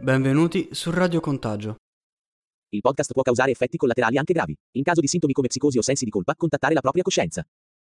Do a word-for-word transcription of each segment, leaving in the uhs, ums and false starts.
Benvenuti su Radio Contagio. Il podcast può causare effetti collaterali anche gravi. In caso di sintomi come psicosi o sensi di colpa, contattare la propria coscienza.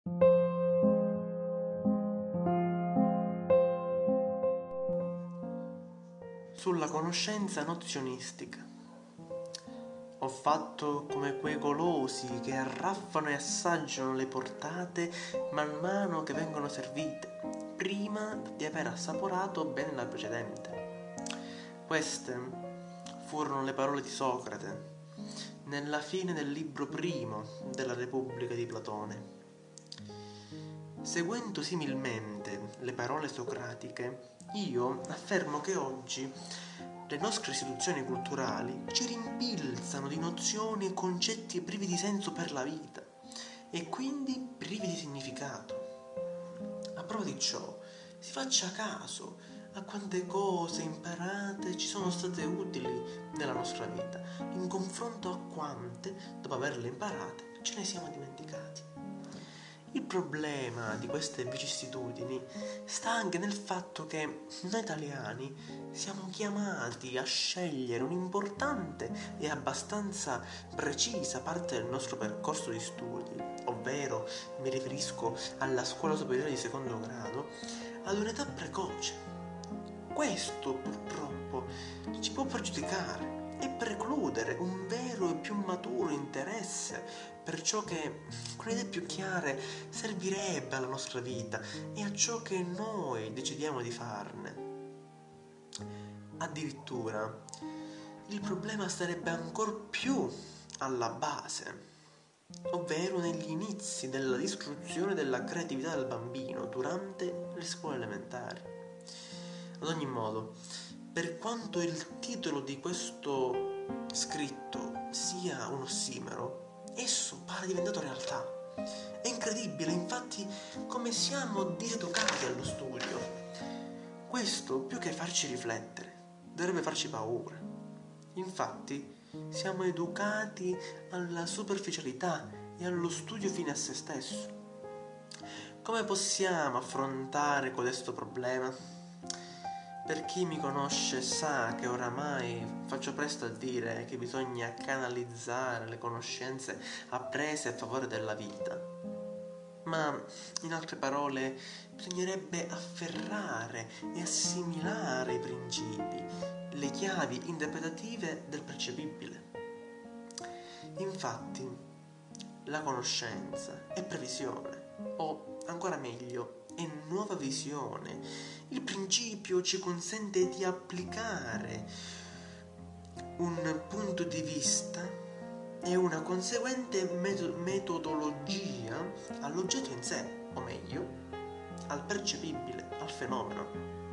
Sulla conoscenza nozionistica. Ho fatto come quei golosi che arraffano e assaggiano le portate man mano che vengono servite, prima di aver assaporato bene la precedente. Queste furono le parole di Socrate nella fine del libro primo della Repubblica di Platone. Seguendo similmente le parole socratiche, io affermo che oggi le nostre istituzioni culturali ci rimpilzano di nozioni e concetti privi di senso per la vita e quindi privi di significato. A prova di ciò, si faccia caso a quante cose imparate ci sono state utili nella nostra vita, in confronto a quante, dopo averle imparate, ce ne siamo dimenticati. Il problema di queste vicissitudini sta anche nel fatto che noi italiani siamo chiamati a scegliere un'importante e abbastanza precisa parte del nostro percorso di studi, ovvero mi riferisco alla scuola superiore di secondo grado, ad un'età precoce. Questo purtroppo ci può pregiudicare e precludere un vero e più maturo interesse per ciò che, con idee più chiare, servirebbe alla nostra vita e a ciò che noi decidiamo di farne. Addirittura, il problema sarebbe ancor più alla base, ovvero negli inizi della distruzione della creatività del bambino durante le scuole elementari. Ad ogni modo, per quanto il titolo di questo scritto sia un ossimero, esso pare diventato realtà. È incredibile, infatti, come siamo diseducati allo studio. Questo, più che farci riflettere, dovrebbe farci paura. Infatti, siamo educati alla superficialità e allo studio fine a se stesso. Come possiamo affrontare codesto problema? Per chi mi conosce sa che oramai faccio presto a dire che bisogna canalizzare le conoscenze apprese a favore della vita. Ma, in altre parole, bisognerebbe afferrare e assimilare i principi, le chiavi interpretative del percepibile. Infatti, la conoscenza è previsione, o ancora meglio, è nuova visione. Il principio ci consente di applicare un punto di vista e una conseguente met- metodologia all'oggetto in sé, o meglio, al percepibile, al fenomeno.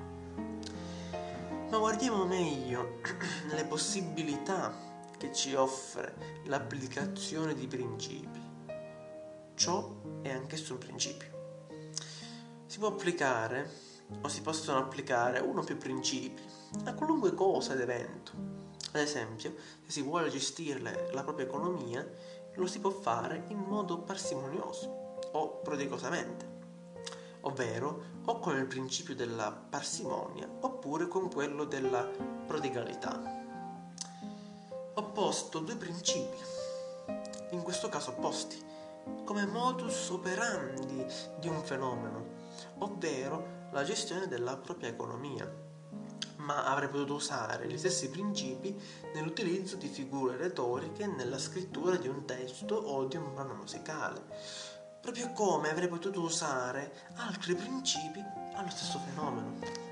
Ma guardiamo meglio le possibilità che ci offre l'applicazione di principi. Ciò è anch'esso un principio. Si può applicare o si possono applicare uno o più principi a qualunque cosa ed evento. Ad esempio, se si vuole gestire la propria economia, lo si può fare in modo parsimonioso o prodigosamente, ovvero o con il principio della parsimonia oppure con quello della prodigalità. Ho posto due principi, in questo caso opposti, come modus operandi di un fenomeno, ovvero la gestione della propria economia, ma avrei potuto usare gli stessi principi nell'utilizzo di figure retoriche nella scrittura di un testo o di un brano musicale, proprio come avrei potuto usare altri principi allo stesso fenomeno.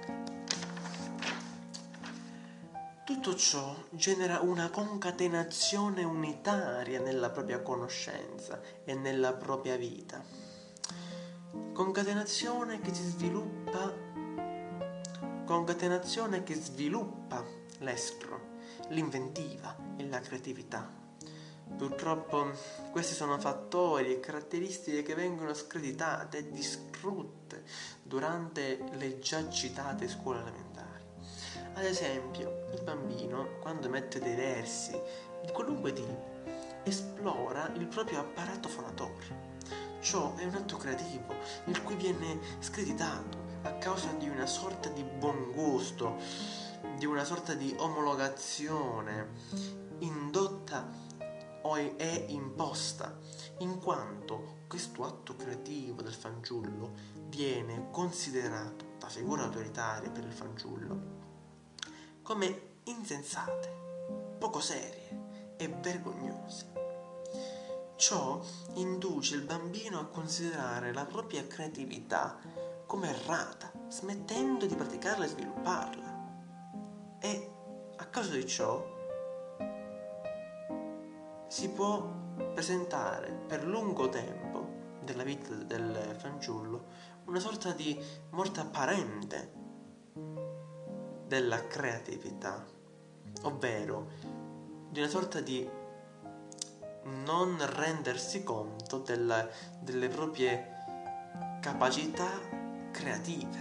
Tutto ciò genera una concatenazione unitaria nella propria conoscenza e nella propria vita. Concatenazione che si sviluppa, concatenazione che sviluppa l'estro, l'inventiva e la creatività. Purtroppo questi sono fattori e caratteristiche che vengono screditate e distrutte durante le già citate scuole elementari. Ad esempio, il bambino, quando mette dei versi di qualunque tipo, esplora il proprio apparato fonatorio. Ciò è un atto creativo, il cui viene screditato a causa di una sorta di buon gusto di una sorta di omologazione indotta o è imposta, in quanto questo atto creativo del fanciullo viene considerato da figure autoritarie per il fanciullo come insensate, poco serie e vergognose. Ciò induce il bambino a considerare la propria creatività come errata, smettendo di praticarla e svilupparla. E a causa di ciò si può presentare per lungo tempo della vita del fanciullo una sorta di morte apparente della creatività, ovvero di una sorta di non rendersi conto della, delle proprie capacità creative.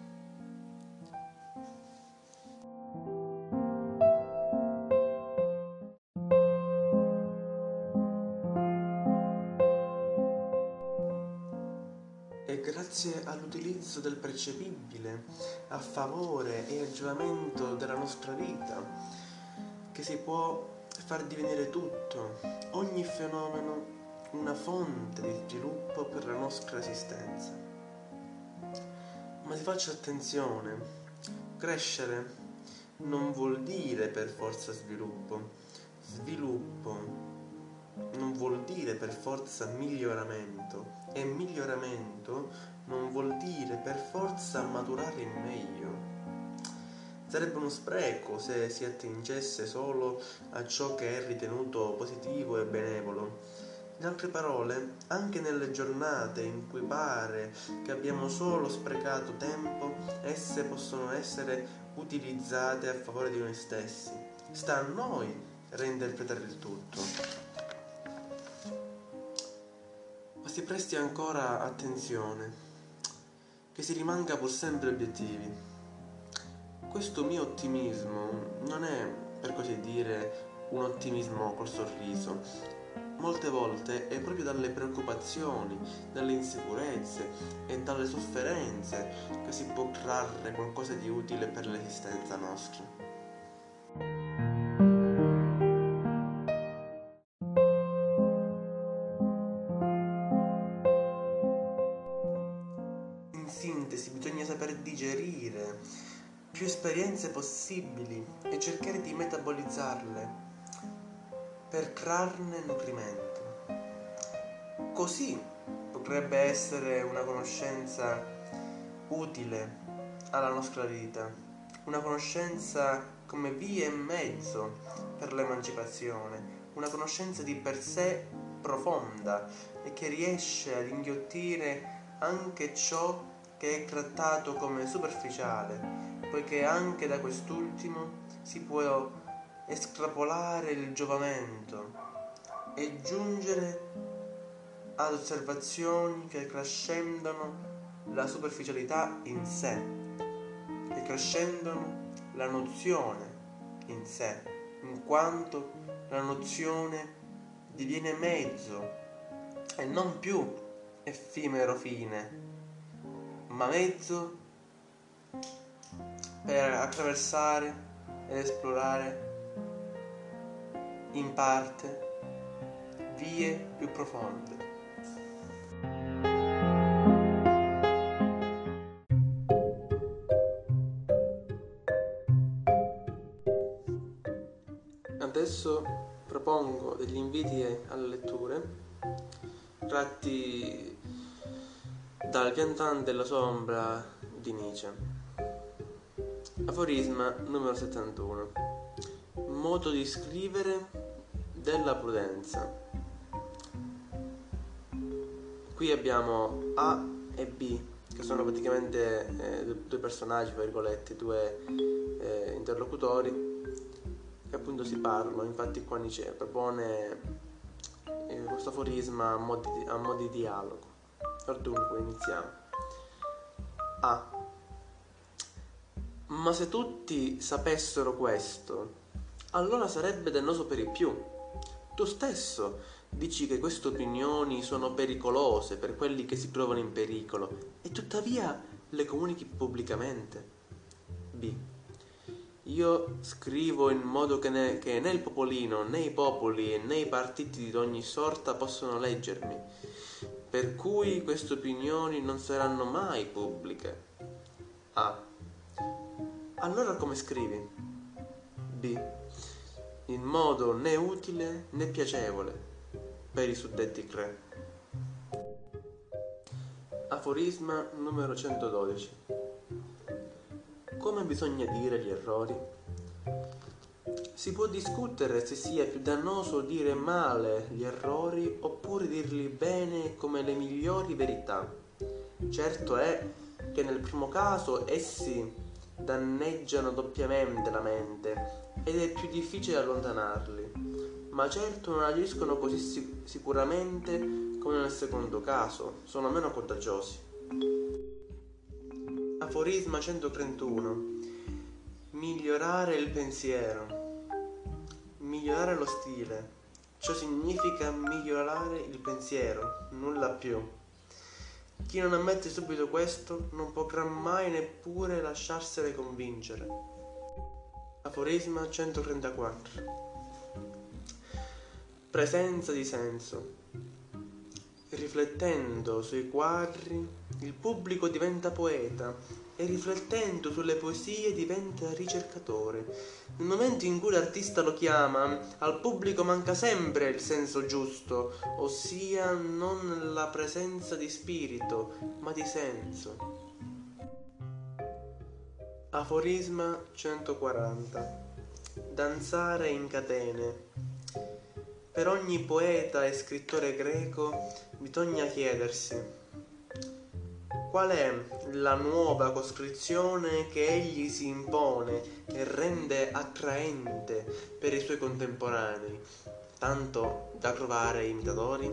E grazie all'utilizzo del percepibile a favore e a giovamento della nostra vita che si può far divenire tutto, ogni fenomeno, una fonte di sviluppo per la nostra esistenza. Ma si faccia attenzione, crescere non vuol dire per forza sviluppo, sviluppo non vuol dire per forza miglioramento e miglioramento non vuol dire per forza maturare in meglio. Sarebbe uno spreco se si attingesse solo a ciò che è ritenuto positivo e benevolo. In altre parole, anche nelle giornate in cui pare che abbiamo solo sprecato tempo, esse possono essere utilizzate a favore di noi stessi. Sta a noi reinterpretare il tutto. Ma si presti ancora attenzione, che si rimanga pur sempre obiettivi. Questo mio ottimismo non è, per così dire, un ottimismo col sorriso. Molte volte è proprio dalle preoccupazioni, dalle insicurezze e dalle sofferenze che si può trarre qualcosa di utile per l'esistenza nostra. In sintesi, bisogna saper digerire più esperienze possibili e cercare di metabolizzarle per trarne nutrimento. Così potrebbe essere una conoscenza utile alla nostra vita, una conoscenza come via e mezzo per l'emancipazione, una conoscenza di per sé profonda e che riesce ad inghiottire anche ciò che è trattato come superficiale, poiché anche da quest'ultimo si può estrapolare il giovamento e giungere ad osservazioni che crescendono la superficialità in sé, che crescendono la nozione in sé, in quanto la nozione diviene mezzo e non più effimero fine, ma mezzo per attraversare ed esplorare in parte vie più profonde. Adesso propongo degli inviti alle letture tratti dal Piantante della Sombra di Nietzsche. Aforisma numero settantuno. Modo di scrivere della prudenza. Qui abbiamo A e B, che sono praticamente eh, due personaggi, tra virgolette, due eh, interlocutori che appunto si parlano. Infatti qua Nietzsche propone eh, questo aforisma a mo' di, a mo' di dialogo. Or dunque iniziamo. A. Ma se tutti sapessero questo, allora sarebbe dannoso per i più. Tu stesso dici che queste opinioni sono pericolose per quelli che si trovano in pericolo e tuttavia le comunichi pubblicamente. B. Io scrivo in modo che, ne, che né il popolino, né i popoli, né i partiti di ogni sorta possono leggermi, per cui queste opinioni non saranno mai pubbliche. A. Allora come scrivi? B. In modo né utile né piacevole per i suddetti cre. Aforisma numero centododici. Come bisogna dire gli errori? Si può discutere se sia più dannoso dire male gli errori oppure dirli bene come le migliori verità. Certo è che nel primo caso essi danneggiano doppiamente la mente ed è più difficile allontanarli, ma certo non agiscono così sic- sicuramente come nel secondo caso, sono meno contagiosi. Aforisma centotrentuno. Migliorare il pensiero. Migliorare lo stile. Ciò significa migliorare il pensiero, nulla più. Chi non ammette subito questo non potrà mai neppure lasciarsene convincere. Aforisma centotrentaquattro. Presenza di senso. Riflettendo sui quadri, il pubblico diventa poeta e riflettendo sulle poesie diventa ricercatore. Nel momento in cui l'artista lo chiama, al pubblico manca sempre il senso giusto, ossia non la presenza di spirito, ma di senso. Aforisma centoquaranta. Danzare in catene. Per ogni poeta e scrittore greco bisogna chiedersi: qual è la nuova coscrizione che egli si impone e rende attraente per i suoi contemporanei, tanto da trovare imitatori?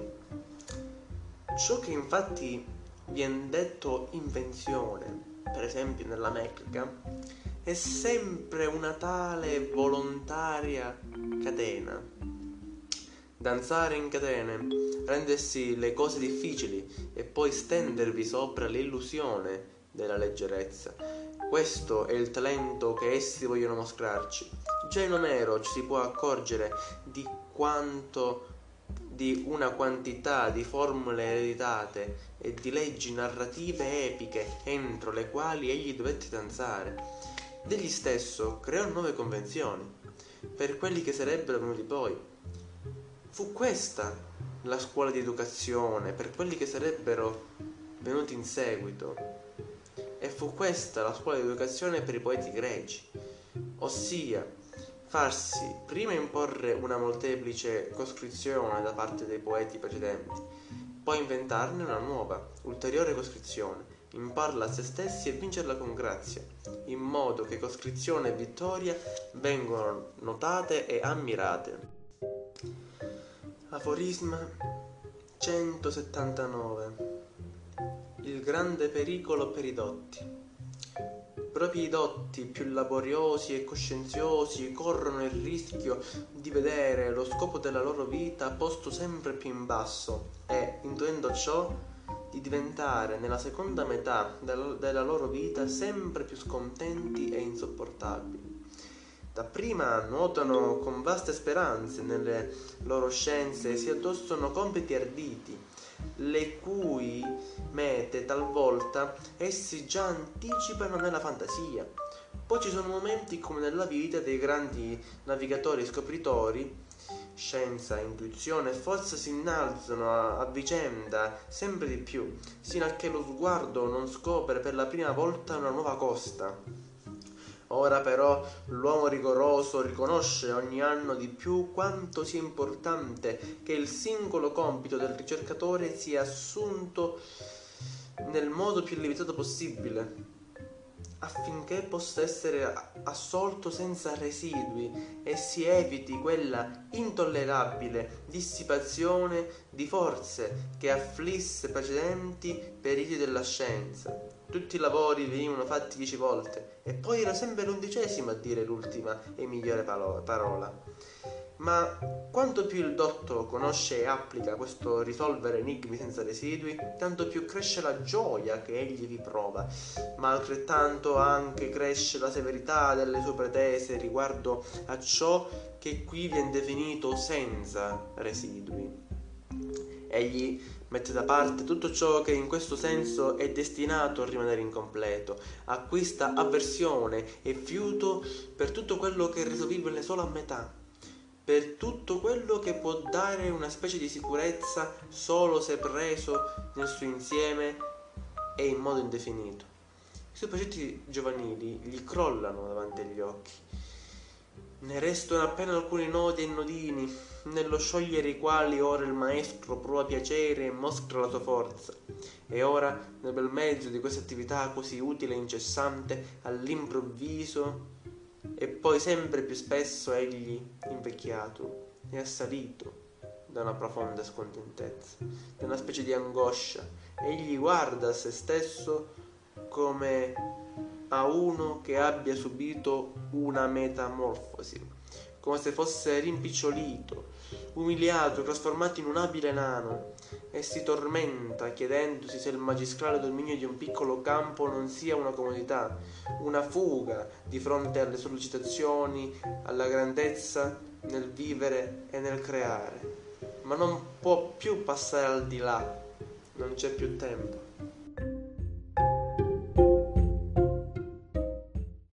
Ciò che infatti viene detto invenzione, per esempio nella metrica, è sempre una tale volontaria catena. Danzare in catene, rendersi le cose difficili e poi stendervi sopra l'illusione della leggerezza. Questo è il talento che essi vogliono mostrarci. Già in Omero ci si può accorgere di quanto di una quantità di formule ereditate e di leggi narrative epiche entro le quali egli dovette danzare. Degli stesso creò nuove convenzioni per quelli che sarebbero venuti poi. Fu questa la scuola di educazione per quelli che sarebbero venuti in seguito, e fu questa la scuola di educazione per i poeti greci, ossia farsi prima imporre una molteplice coscrizione da parte dei poeti precedenti, poi inventarne una nuova, ulteriore coscrizione, imporla a se stessi e vincerla con grazia, in modo che coscrizione e vittoria vengono notate e ammirate. Aforisma centosettantanove. Il grande pericolo per i dotti. Proprio i dotti più laboriosi e coscienziosi corrono il rischio di vedere lo scopo della loro vita posto sempre più in basso e, intuendo ciò, di diventare nella seconda metà della, della loro vita sempre più scontenti e insopportabili. Dapprima nuotano con vaste speranze nelle loro scienze e si addossano compiti arditi, le cui mete talvolta essi già anticipano nella fantasia. Poi ci sono momenti come nella vita dei grandi navigatori e scopritori, scienza, intuizione e forza si innalzano a, a vicenda sempre di più, sino a che lo sguardo non scopre per la prima volta una nuova costa. Ora però l'uomo rigoroso riconosce ogni anno di più quanto sia importante che il singolo compito del ricercatore sia assunto nel modo più limitato possibile, affinché possa essere assolto senza residui e si eviti quella intollerabile dissipazione di forze che afflisse precedenti periodi della scienza. Tutti i lavori venivano fatti dieci volte e poi era sempre l'undicesimo a dire l'ultima e migliore parola. Ma quanto più il dotto conosce e applica questo risolvere enigmi senza residui, tanto più cresce la gioia che egli vi prova, ma altrettanto anche cresce la severità delle sue pretese riguardo a ciò che qui viene definito senza residui. Egli mette da parte tutto ciò che in questo senso è destinato a rimanere incompleto, acquista avversione e fiuto per tutto quello che è reso vivibile solo a metà, per tutto quello che può dare una specie di sicurezza solo se preso nel suo insieme e in modo indefinito. I suoi progetti giovanili gli crollano davanti agli occhi. Ne restano appena alcuni nodi e nodini, nello sciogliere i quali ora il maestro prova piacere e mostra la sua forza. E ora, nel bel mezzo di questa attività così utile e incessante, all'improvviso, e poi sempre più spesso egli, invecchiato, è assalito da una profonda scontentezza, da una specie di angoscia. Egli guarda a se stesso come a uno che abbia subito una metamorfosi, come se fosse rimpicciolito, umiliato, trasformato in un abile nano, e si tormenta chiedendosi se il magistrale dominio di un piccolo campo non sia una comodità, una fuga di fronte alle sollecitazioni, alla grandezza nel vivere e nel creare, ma non può più passare al di là, non c'è più tempo.